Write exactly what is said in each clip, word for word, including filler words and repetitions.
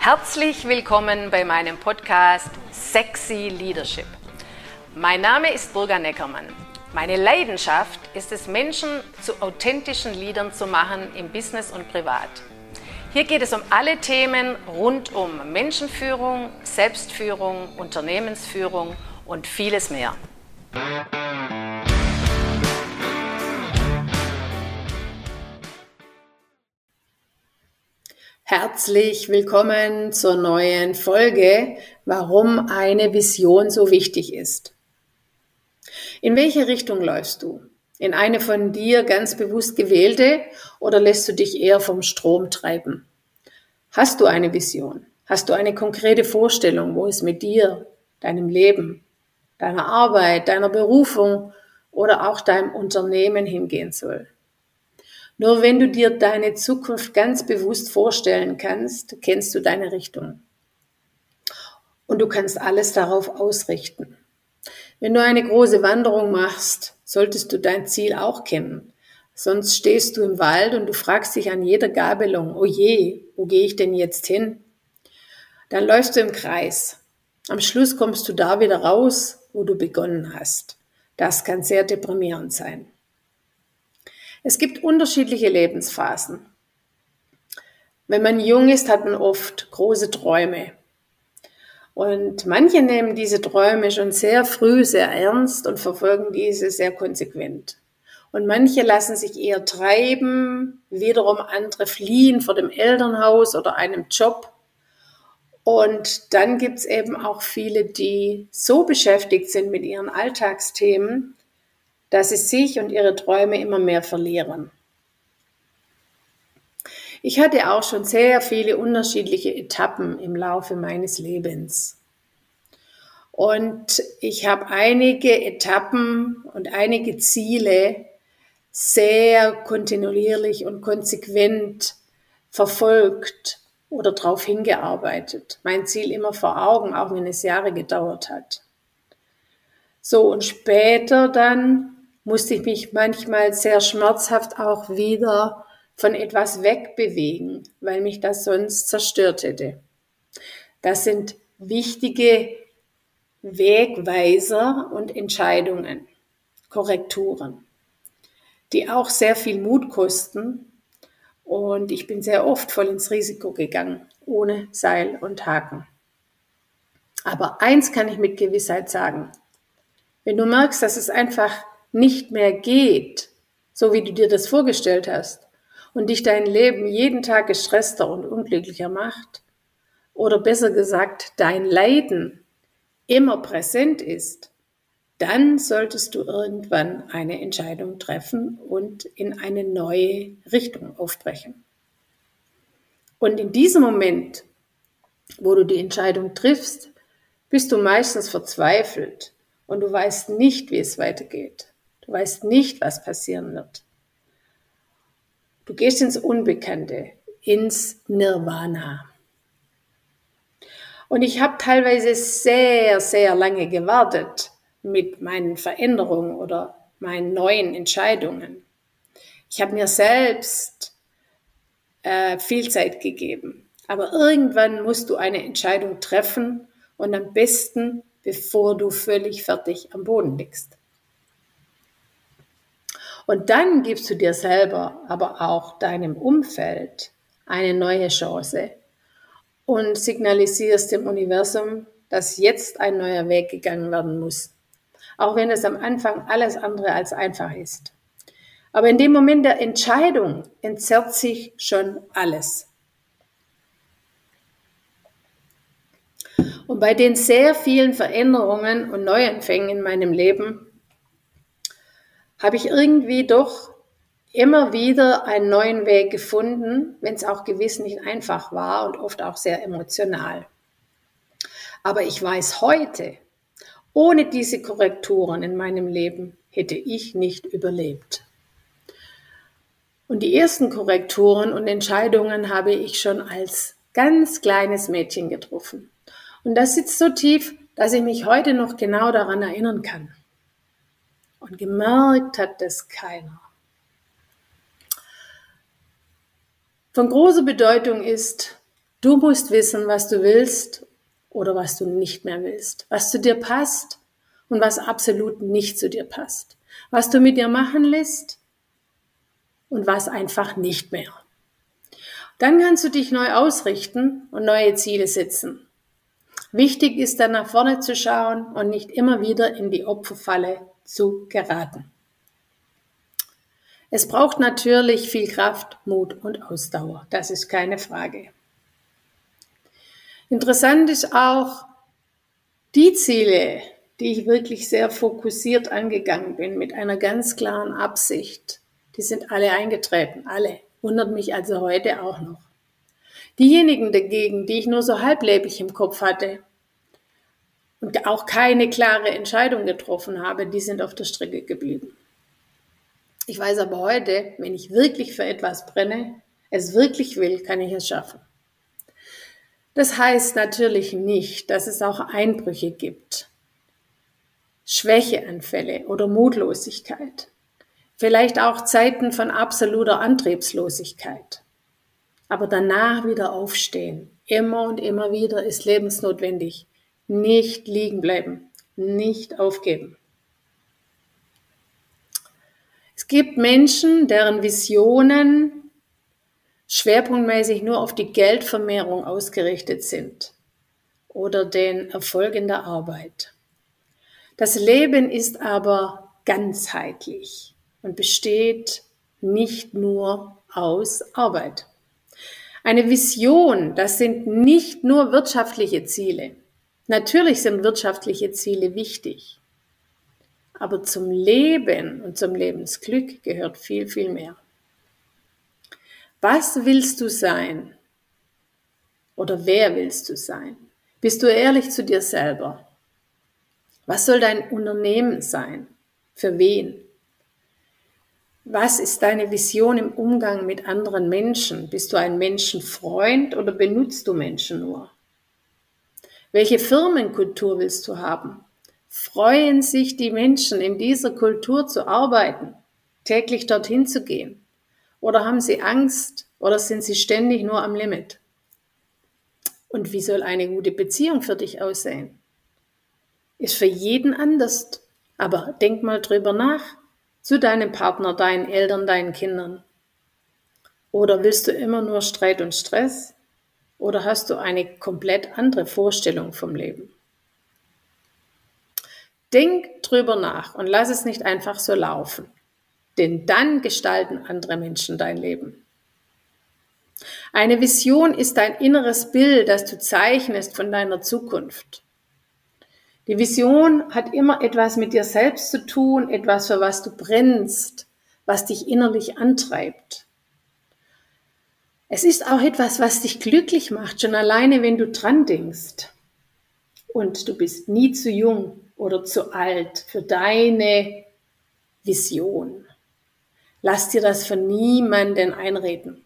Herzlich willkommen bei meinem Podcast Sexy Leadership. Mein Name ist Burga Neckermann. Meine Leidenschaft ist es, Menschen zu authentischen Leadern zu machen im Business und privat. Hier geht es um alle Themen rund um Menschenführung, Selbstführung, Unternehmensführung und vieles mehr. Herzlich willkommen zur neuen Folge, warum eine Vision so wichtig ist. In welche Richtung läufst du? In eine von dir ganz bewusst gewählte oder lässt du dich eher vom Strom treiben? Hast du eine Vision? Hast du eine konkrete Vorstellung, wo es mit dir, deinem Leben, deiner Arbeit, deiner Berufung oder auch deinem Unternehmen hingehen soll? Nur wenn du dir deine Zukunft ganz bewusst vorstellen kannst, kennst du deine Richtung. Und du kannst alles darauf ausrichten. Wenn du eine große Wanderung machst, solltest du dein Ziel auch kennen. Sonst stehst du im Wald und du fragst dich an jeder Gabelung, oh je, wo gehe ich denn jetzt hin? Dann läufst du im Kreis. Am Schluss kommst du da wieder raus, wo du begonnen hast. Das kann sehr deprimierend sein. Es gibt unterschiedliche Lebensphasen. Wenn man jung ist, hat man oft große Träume. Und manche nehmen diese Träume schon sehr früh sehr ernst und verfolgen diese sehr konsequent. Und manche lassen sich eher treiben, wiederum andere fliehen vor dem Elternhaus oder einem Job. Und dann gibt es eben auch viele, die so beschäftigt sind mit ihren Alltagsthemen, dass sie sich und ihre Träume immer mehr verlieren. Ich hatte auch schon sehr viele unterschiedliche Etappen im Laufe meines Lebens. Und ich habe einige Etappen und einige Ziele sehr kontinuierlich und konsequent verfolgt oder darauf hingearbeitet. Mein Ziel immer vor Augen, auch wenn es Jahre gedauert hat. So, und später dann musste ich mich manchmal sehr schmerzhaft auch wieder von etwas wegbewegen, weil mich das sonst zerstört hätte. Das sind wichtige Wegweiser und Entscheidungen, Korrekturen, die auch sehr viel Mut kosten. Und ich bin sehr oft voll ins Risiko gegangen, ohne Seil und Haken. Aber eins kann ich mit Gewissheit sagen. Wenn du merkst, dass es einfach nicht mehr geht, so wie du dir das vorgestellt hast, und dich dein Leben jeden Tag gestresster und unglücklicher macht, oder besser gesagt, dein Leiden immer präsent ist, dann solltest du irgendwann eine Entscheidung treffen und in eine neue Richtung aufbrechen. Und in diesem Moment, wo du die Entscheidung triffst, bist du meistens verzweifelt und du weißt nicht, wie es weitergeht. Du weißt nicht, was passieren wird. Du gehst ins Unbekannte, ins Nirvana. Und ich habe teilweise sehr, sehr lange gewartet mit meinen Veränderungen oder meinen neuen Entscheidungen. Ich habe mir selbst äh, viel Zeit gegeben. Aber irgendwann musst du eine Entscheidung treffen und am besten, bevor du völlig fertig am Boden liegst. Und dann gibst du dir selber, aber auch deinem Umfeld eine neue Chance und signalisierst dem Universum, dass jetzt ein neuer Weg gegangen werden muss. Auch wenn es am Anfang alles andere als einfach ist. Aber in dem Moment der Entscheidung entzerrt sich schon alles. Und bei den sehr vielen Veränderungen und Neuanfängen in meinem Leben habe ich irgendwie doch immer wieder einen neuen Weg gefunden, wenn es auch gewiss nicht einfach war und oft auch sehr emotional. Aber ich weiß heute, ohne diese Korrekturen in meinem Leben hätte ich nicht überlebt. Und die ersten Korrekturen und Entscheidungen habe ich schon als ganz kleines Mädchen getroffen. Und das sitzt so tief, dass ich mich heute noch genau daran erinnern kann. Und gemerkt hat das keiner. Von großer Bedeutung ist, Du musst wissen, was du willst oder was du nicht mehr willst, was zu dir passt und was absolut nicht zu dir passt, was du mit dir machen lässt und was einfach nicht mehr. Dann kannst du dich neu ausrichten und neue Ziele setzen. Wichtig ist dann nach vorne zu schauen und nicht immer wieder in die Opferfalle zu geraten. Es braucht natürlich viel Kraft, Mut und Ausdauer, das ist keine Frage. Interessant ist auch, die Ziele, die ich wirklich sehr fokussiert angegangen bin, mit einer ganz klaren Absicht, die sind alle eingetreten, alle. Wundert mich also heute auch noch. Diejenigen dagegen, die ich nur so halblebig im Kopf hatte und auch keine klare Entscheidung getroffen habe, die sind auf der Strecke geblieben. Ich weiß aber heute, wenn ich wirklich für etwas brenne, es wirklich will, kann ich es schaffen. Das heißt natürlich nicht, dass es auch Einbrüche gibt, Schwächeanfälle oder Mutlosigkeit, vielleicht auch Zeiten von absoluter Antriebslosigkeit. Aber danach wieder aufstehen, immer und immer wieder, ist lebensnotwendig. Nicht liegen bleiben, nicht aufgeben. Es gibt Menschen, deren Visionen schwerpunktmäßig nur auf die Geldvermehrung ausgerichtet sind oder den Erfolg in der Arbeit. Das Leben ist aber ganzheitlich und besteht nicht nur aus Arbeit. Eine Vision, das sind nicht nur wirtschaftliche Ziele. Natürlich sind wirtschaftliche Ziele wichtig, aber zum Leben und zum Lebensglück gehört viel, viel mehr. Was willst du sein? Oder wer willst du sein? Bist du ehrlich zu dir selber? Was soll dein Unternehmen sein? Für wen? Was ist deine Vision im Umgang mit anderen Menschen? Bist du ein Menschenfreund oder benutzt du Menschen nur? Welche Firmenkultur willst du haben? Freuen sich die Menschen, in dieser Kultur zu arbeiten, täglich dorthin zu gehen? Oder haben sie Angst oder sind sie ständig nur am Limit? Und wie soll eine gute Beziehung für dich aussehen? Ist für jeden anders, aber denk mal drüber nach, zu deinem Partner, deinen Eltern, deinen Kindern. Oder willst du immer nur Streit und Stress? Oder hast du eine komplett andere Vorstellung vom Leben? Denk drüber nach und lass es nicht einfach so laufen, denn dann gestalten andere Menschen dein Leben. Eine Vision ist dein inneres Bild, das du zeichnest von deiner Zukunft. Die Vision hat immer etwas mit dir selbst zu tun, etwas, für was du brennst, was dich innerlich antreibt. Es ist auch etwas, was dich glücklich macht, schon alleine, wenn du dran denkst. Und du bist nie zu jung oder zu alt für deine Vision. Lass dir das von niemandem einreden.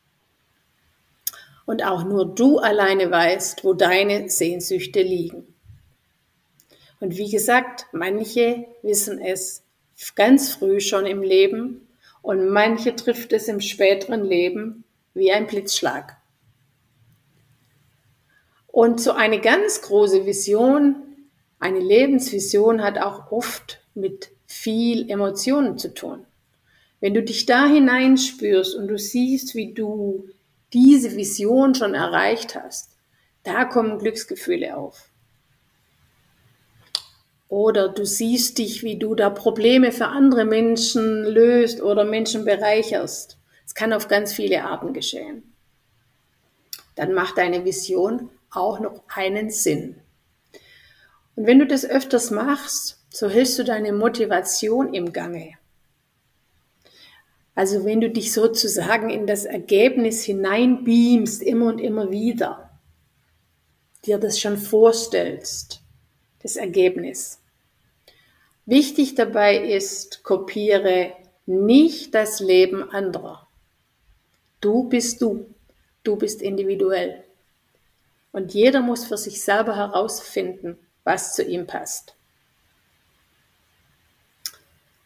Und auch nur du alleine weißt, wo deine Sehnsüchte liegen. Und wie gesagt, manche wissen es ganz früh schon im Leben und manche trifft es im späteren Leben wie ein Blitzschlag. Und so eine ganz große Vision, eine Lebensvision hat auch oft mit viel Emotionen zu tun. Wenn du dich da hineinspürst und du siehst, wie du diese Vision schon erreicht hast, da kommen Glücksgefühle auf. Oder du siehst dich, wie du da Probleme für andere Menschen löst oder Menschen bereicherst. Es kann auf ganz viele Arten geschehen. Dann macht deine Vision auch noch einen Sinn. Und wenn du das öfters machst, so hältst du deine Motivation im Gange. Also wenn du dich sozusagen in das Ergebnis hineinbeamst, immer und immer wieder, dir das schon vorstellst, das Ergebnis. Wichtig dabei ist, kopiere nicht das Leben anderer. Du bist du. Du bist individuell. Und jeder muss für sich selber herausfinden, was zu ihm passt.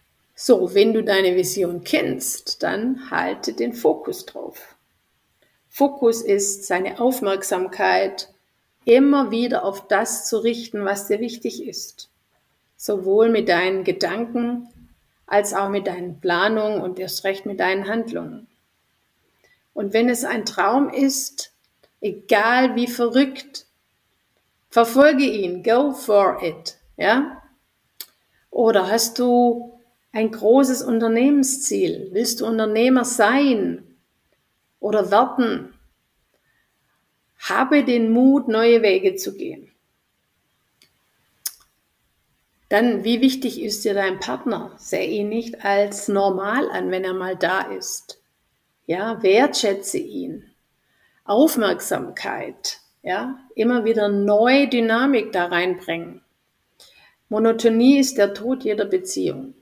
So, wenn du deine Vision kennst, dann halte den Fokus drauf. Fokus ist, seine Aufmerksamkeit immer wieder auf das zu richten, was dir wichtig ist. Sowohl mit deinen Gedanken als auch mit deinen Planungen und erst recht mit deinen Handlungen. Und wenn es ein Traum ist, egal wie verrückt, verfolge ihn, go for it, ja? Oder hast du ein großes Unternehmensziel? Willst du Unternehmer sein oder werden? Habe den Mut, neue Wege zu gehen. Dann, wie wichtig ist dir dein Partner? Sehe ihn nicht als normal an, wenn er mal da ist. Ja, wertschätze ihn. Aufmerksamkeit, ja, immer wieder neue Dynamik da reinbringen. Monotonie ist der Tod jeder Beziehung.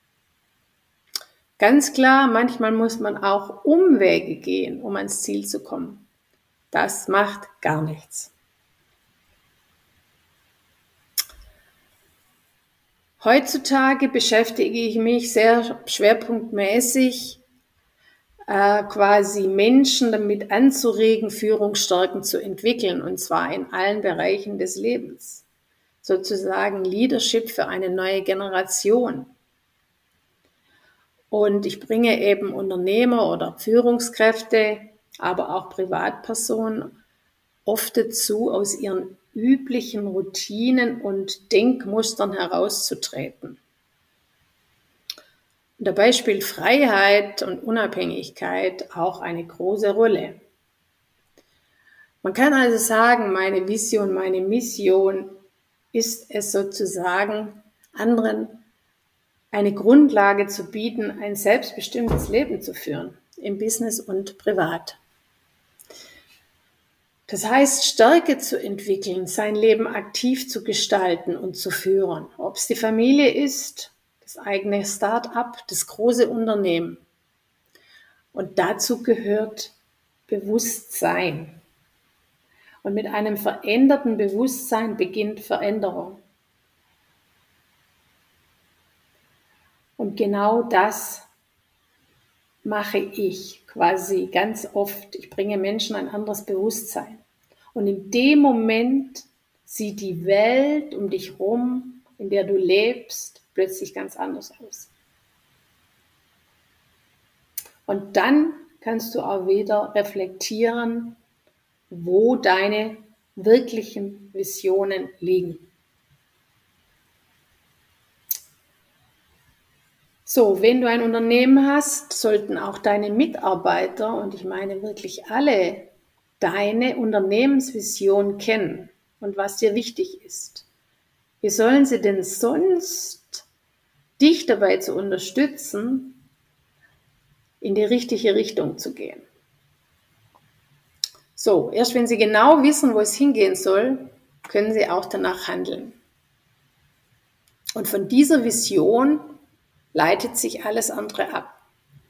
Ganz klar, manchmal muss man auch Umwege gehen, um ans Ziel zu kommen. Das macht gar nichts. Heutzutage beschäftige ich mich sehr schwerpunktmäßig, äh, quasi Menschen damit anzuregen, Führungsstärken zu entwickeln, und zwar in allen Bereichen des Lebens. Sozusagen Leadership für eine neue Generation. Und ich bringe eben Unternehmer oder Führungskräfte, aber auch Privatpersonen oft dazu, aus ihren üblichen Routinen und Denkmustern herauszutreten. Und dabei spielt Freiheit und Unabhängigkeit auch eine große Rolle. Man kann also sagen, meine Vision, meine Mission ist es sozusagen, anderen eine Grundlage zu bieten, ein selbstbestimmtes Leben zu führen, im Business und privat. Das heißt, Stärke zu entwickeln, sein Leben aktiv zu gestalten und zu führen. Ob es die Familie ist, das eigene Start-up, das große Unternehmen. Und dazu gehört Bewusstsein. Und mit einem veränderten Bewusstsein beginnt Veränderung. Und genau das mache ich quasi ganz oft. Ich bringe Menschen ein anderes Bewusstsein. Und in dem Moment sieht die Welt um dich herum, in der du lebst, plötzlich ganz anders aus. Und dann kannst du auch wieder reflektieren, wo deine wirklichen Visionen liegen. So, wenn du ein Unternehmen hast, sollten auch deine Mitarbeiter, und ich meine wirklich alle, deine Unternehmensvision kennen und was dir wichtig ist. Wie sollen sie denn sonst dich dabei zu unterstützen, in die richtige Richtung zu gehen? So, erst wenn sie genau wissen, wo es hingehen soll, können sie auch danach handeln. Und von dieser Vision leitet sich alles andere ab.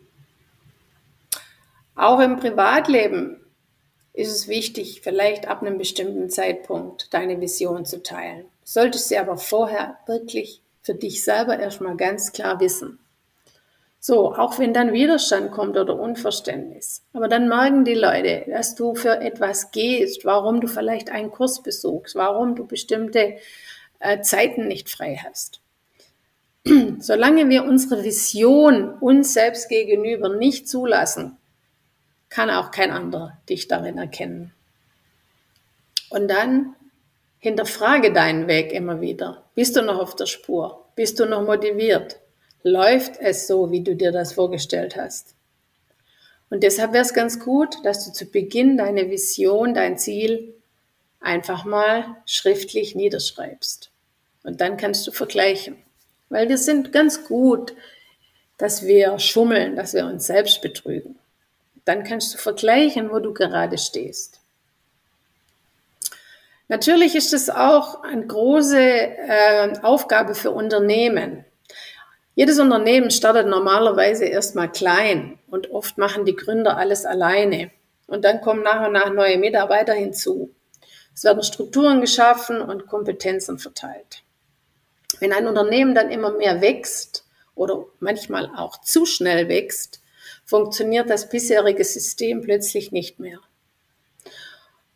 Auch im Privatleben ist es wichtig, vielleicht ab einem bestimmten Zeitpunkt deine Vision zu teilen. Solltest du aber vorher wirklich für dich selber erstmal ganz klar wissen. So, auch wenn dann Widerstand kommt oder Unverständnis. Aber dann merken die Leute, dass du für etwas gehst, warum du vielleicht einen Kurs besuchst, warum du bestimmte äh, Zeiten nicht frei hast. Solange wir unsere Vision uns selbst gegenüber nicht zulassen, kann auch kein anderer dich darin erkennen. Und dann hinterfrage deinen Weg immer wieder. Bist du noch auf der Spur? Bist du noch motiviert? Läuft es so, wie du dir das vorgestellt hast? Und deshalb wäre es ganz gut, dass du zu Beginn deine Vision, dein Ziel einfach mal schriftlich niederschreibst. Und dann kannst du vergleichen. Weil wir sind ganz gut, dass wir schummeln, dass wir uns selbst betrügen. Dann kannst du vergleichen, wo du gerade stehst. Natürlich ist es auch eine große äh, Aufgabe für Unternehmen. Jedes Unternehmen startet normalerweise erstmal klein und oft machen die Gründer alles alleine. Und dann kommen nach und nach neue Mitarbeiter hinzu. Es werden Strukturen geschaffen und Kompetenzen verteilt. Wenn ein Unternehmen dann immer mehr wächst oder manchmal auch zu schnell wächst, funktioniert das bisherige System plötzlich nicht mehr.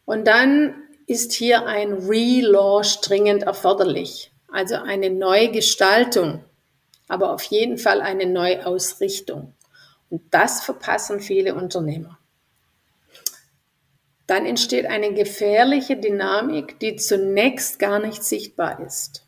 Und dann ist hier ein Relaunch dringend erforderlich, also eine Neugestaltung, aber auf jeden Fall eine Neuausrichtung. Und das verpassen viele Unternehmer. Dann entsteht eine gefährliche Dynamik, die zunächst gar nicht sichtbar ist.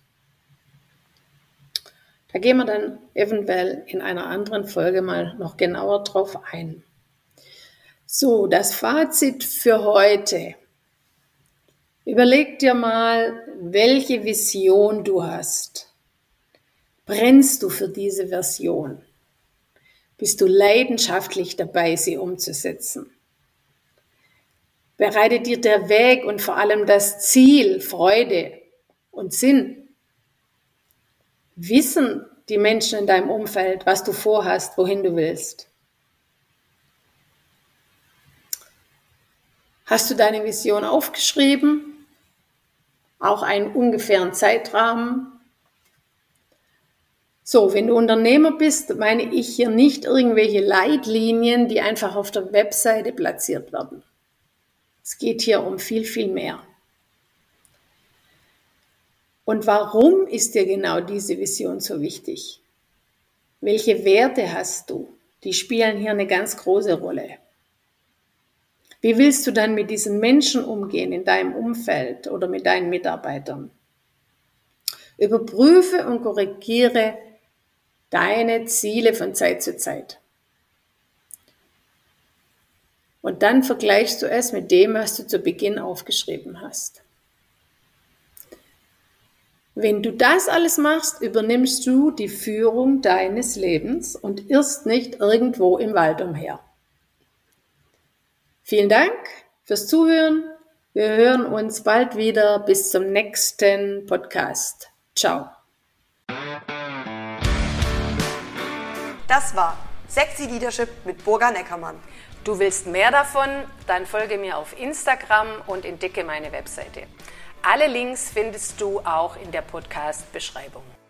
Da gehen wir dann eventuell in einer anderen Folge mal noch genauer drauf ein. So, das Fazit für heute. Überleg dir mal, welche Vision du hast. Brennst du für diese Version? Bist du leidenschaftlich dabei, sie umzusetzen? Bereitet dir der Weg und vor allem das Ziel Freude und Sinn? Wissen die Menschen in deinem Umfeld, was du vorhast, wohin du willst? Hast du deine Vision aufgeschrieben? Auch einen ungefähren Zeitrahmen? So, wenn du Unternehmer bist, meine ich hier nicht irgendwelche Leitlinien, die einfach auf der Webseite platziert werden. Es geht hier um viel, viel mehr. Und warum ist dir genau diese Vision so wichtig? Welche Werte hast du? Die spielen hier eine ganz große Rolle. Wie willst du dann mit diesen Menschen umgehen in deinem Umfeld oder mit deinen Mitarbeitern? Überprüfe und korrigiere deine Ziele von Zeit zu Zeit. Und dann vergleichst du es mit dem, was du zu Beginn aufgeschrieben hast. Wenn du das alles machst, übernimmst du die Führung deines Lebens und irrst nicht irgendwo im Wald umher. Vielen Dank fürs Zuhören. Wir hören uns bald wieder. Bis zum nächsten Podcast. Ciao. Das war Sexy Leadership mit Burga Neckermann. Du willst mehr davon? Dann folge mir auf Instagram und entdecke meine Webseite. Alle Links findest du auch in der Podcast-Beschreibung.